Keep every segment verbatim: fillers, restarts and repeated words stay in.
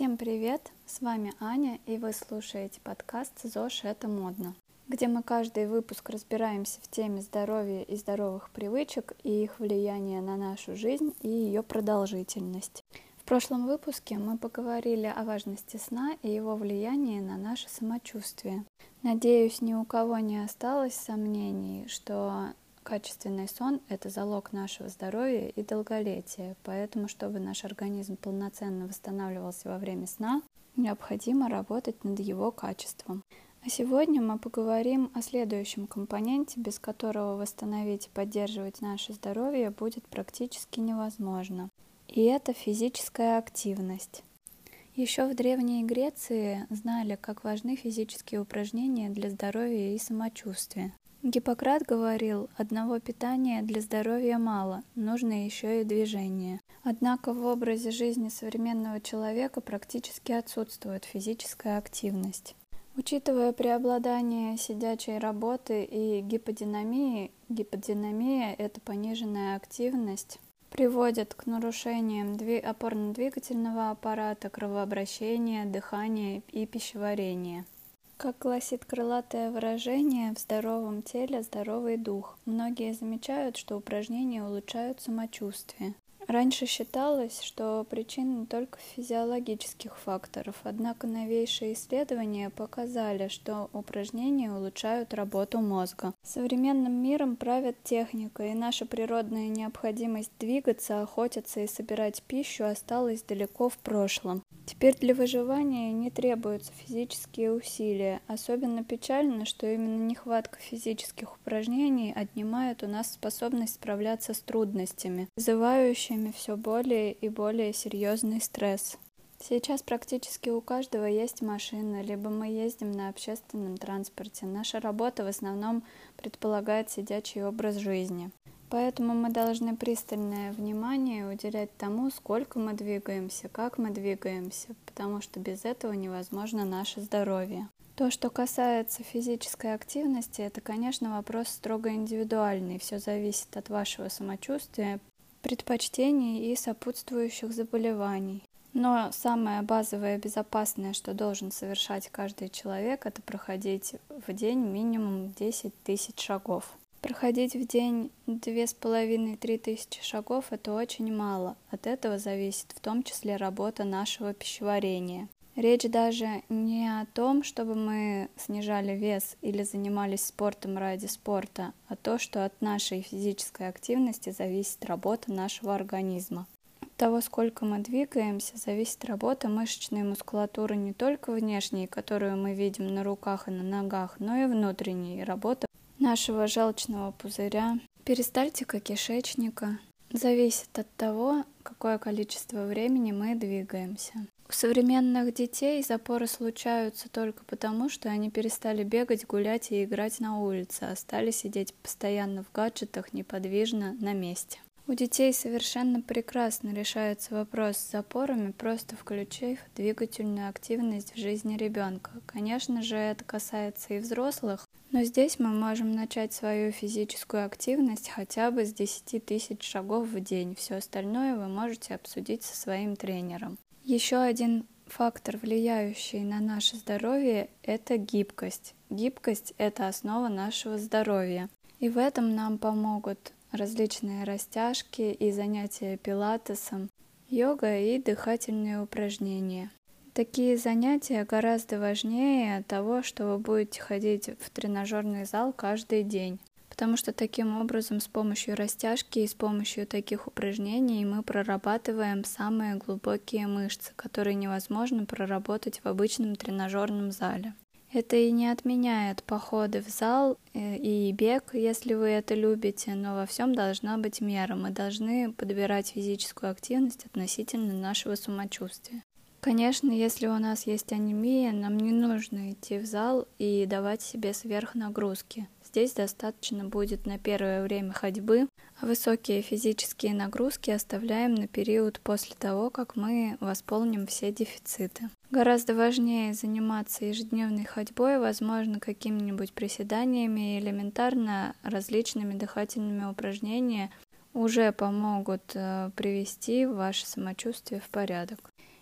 Всем привет! С вами Аня, и вы слушаете подкаст «ЗОЖ – это модно», где мы каждый выпуск разбираемся в теме здоровья и здоровых привычек и их влияния на нашу жизнь и ее продолжительность. В прошлом выпуске мы поговорили о важности сна и его влиянии на наше самочувствие. Надеюсь, ни у кого не осталось сомнений, что качественный сон – это залог нашего здоровья и долголетия, поэтому, чтобы наш организм полноценно восстанавливался во время сна, необходимо работать над его качеством. А сегодня мы поговорим о следующем компоненте, без которого восстановить и поддерживать наше здоровье будет практически невозможно. И это физическая активность. Еще в Древней Греции знали, как важны физические упражнения для здоровья и самочувствия. Гиппократ говорил, одного питания для здоровья мало, нужно еще и движение. Однако в образе жизни современного человека практически отсутствует физическая активность. Учитывая преобладание сидячей работы и гиподинамии, гиподинамия – это пониженная активность, приводит к нарушениям опорно-двигательного аппарата, кровообращения, дыхания и пищеварения. Как гласит крылатое выражение, в здоровом теле здоровый дух. Многие замечают, что упражнения улучшают самочувствие. Раньше считалось, что причина только в физиологических факторов, однако новейшие исследования показали, что упражнения улучшают работу мозга. Современным миром правит техника, и наша природная необходимость двигаться, охотиться и собирать пищу осталась далеко в прошлом. Теперь для выживания не требуются физические усилия. Особенно печально, что именно нехватка физических упражнений отнимает у нас способность справляться с трудностями, вызывающими все более и более серьезный стресс. Сейчас практически у каждого есть машина, либо мы ездим на общественном транспорте. Наша работа в основном предполагает сидячий образ жизни. Поэтому мы должны пристальное внимание уделять тому, сколько мы двигаемся, как мы двигаемся, потому что без этого невозможно наше здоровье. То, что касается физической активности, это, конечно, вопрос строго индивидуальный. Все зависит от вашего самочувствия, предпочтений и сопутствующих заболеваний. Но самое базовое и безопасное, что должен совершать каждый человек, это проходить в день минимум десять тысяч шагов. Проходить в день две с половиной-три тысячи шагов – это очень мало. От этого зависит в том числе работа нашего пищеварения. Речь даже не о том, чтобы мы снижали вес или занимались спортом ради спорта, а то, что от нашей физической активности зависит работа нашего организма. От того, сколько мы двигаемся, зависит работа мышечной мускулатуры не только внешней, которую мы видим на руках и на ногах, но и внутренней, работа нашего желчного пузыря, перистальтика кишечника. Зависит от того, какое количество времени мы двигаемся. У современных детей запоры случаются только потому, что они перестали бегать, гулять и играть на улице, а стали сидеть постоянно в гаджетах, неподвижно, на месте. У детей совершенно прекрасно решается вопрос с запорами, просто включив двигательную активность в жизни ребенка. Конечно же, это касается и взрослых, но здесь мы можем начать свою физическую активность хотя бы с десяти тысяч шагов в день. Все остальное вы можете обсудить со своим тренером. Еще один фактор, влияющий на наше здоровье, это гибкость. Гибкость – это основа нашего здоровья. И в этом нам помогут различные растяжки и занятия пилатесом, йога и дыхательные упражнения. Такие занятия гораздо важнее того, что вы будете ходить в тренажерный зал каждый день, потому что таким образом с помощью растяжки и с помощью таких упражнений мы прорабатываем самые глубокие мышцы, которые невозможно проработать в обычном тренажерном зале. Это и не отменяет походы в зал и бег, если вы это любите, но во всем должна быть мера. Мы должны подбирать физическую активность относительно нашего самочувствия. Конечно, если у нас есть анемия, нам не нужно идти в зал и давать себе сверхнагрузки. Здесь достаточно будет на первое время ходьбы, а высокие физические нагрузки оставляем на период после того, как мы восполним все дефициты. Гораздо важнее заниматься ежедневной ходьбой, возможно, какими-нибудь приседаниями и элементарно различными дыхательными упражнениями уже помогут привести ваше самочувствие в порядок.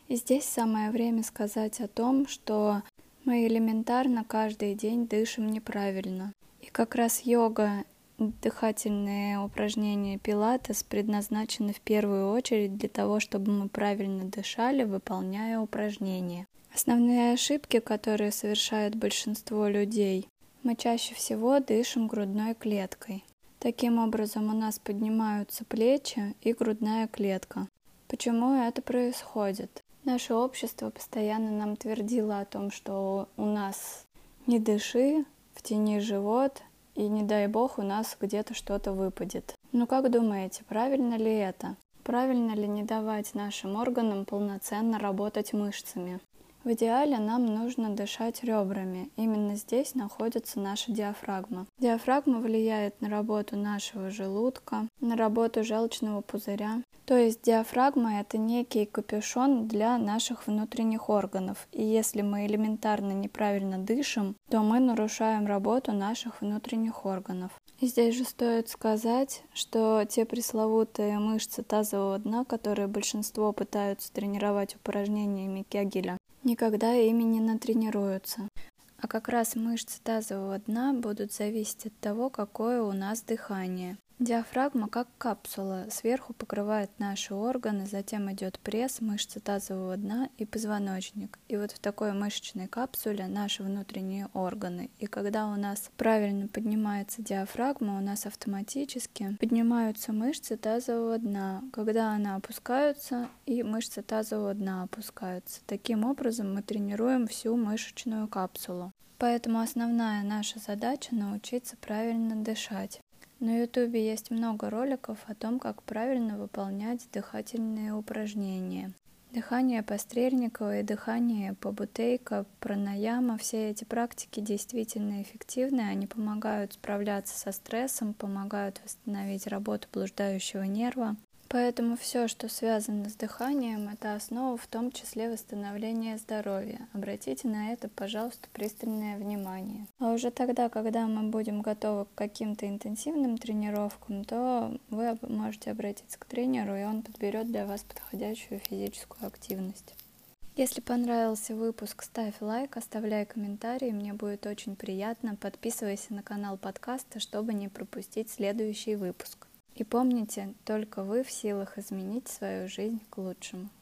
И здесь самое время сказать о том, что мы элементарно каждый день дышим неправильно. И как раз йога, дыхательные упражнения пилатес предназначены в первую очередь для того, чтобы мы правильно дышали, выполняя упражнения. Основные ошибки, которые совершает большинство людей, мы чаще всего дышим грудной клеткой. Таким образом у нас поднимаются плечи и грудная клетка. Почему это происходит? Наше общество постоянно нам твердило о том, что у нас не дыши, втяни живот, и не дай бог у нас где-то что-то выпадет. Ну как думаете, правильно ли это? Правильно ли не давать нашим органам полноценно работать мышцами? В идеале нам нужно дышать ребрами. Именно здесь находится наша диафрагма. Диафрагма влияет на работу нашего желудка, на работу желчного пузыря. То есть диафрагма — это некий капюшон для наших внутренних органов. И если мы элементарно неправильно дышим, то мы нарушаем работу наших внутренних органов. И здесь же стоит сказать, что те пресловутые мышцы тазового дна, которые большинство пытаются тренировать упражнениями Кегеля, никогда ими не натренируются. А как раз мышцы тазового дна будут зависеть от того, какое у нас дыхание. Диафрагма как капсула, сверху покрывает наши органы, затем идет пресс, мышцы тазового дна и позвоночник. И вот в такой мышечной капсуле наши внутренние органы. И когда у нас правильно поднимается диафрагма, у нас автоматически поднимаются мышцы тазового дна. Когда она опускается, и мышцы тазового дна опускаются. Таким образом мы тренируем всю мышечную капсулу. Поэтому основная наша задача — научиться правильно дышать. На ютубе есть много роликов о том, как правильно выполнять дыхательные упражнения. Дыхание по Стрельниковой, дыхание по Бутейко, пранаяма — все эти практики действительно эффективны, они помогают справляться со стрессом, помогают восстановить работу блуждающего нерва. Поэтому все, что связано с дыханием, это основа в том числе восстановления здоровья. Обратите на это, пожалуйста, пристальное внимание. А уже тогда, когда мы будем готовы к каким-то интенсивным тренировкам, то вы можете обратиться к тренеру, и он подберет для вас подходящую физическую активность. Если понравился выпуск, ставь лайк, оставляй комментарий, мне будет очень приятно. Подписывайся на канал подкаста, чтобы не пропустить следующий выпуск. И помните, только вы в силах изменить свою жизнь к лучшему.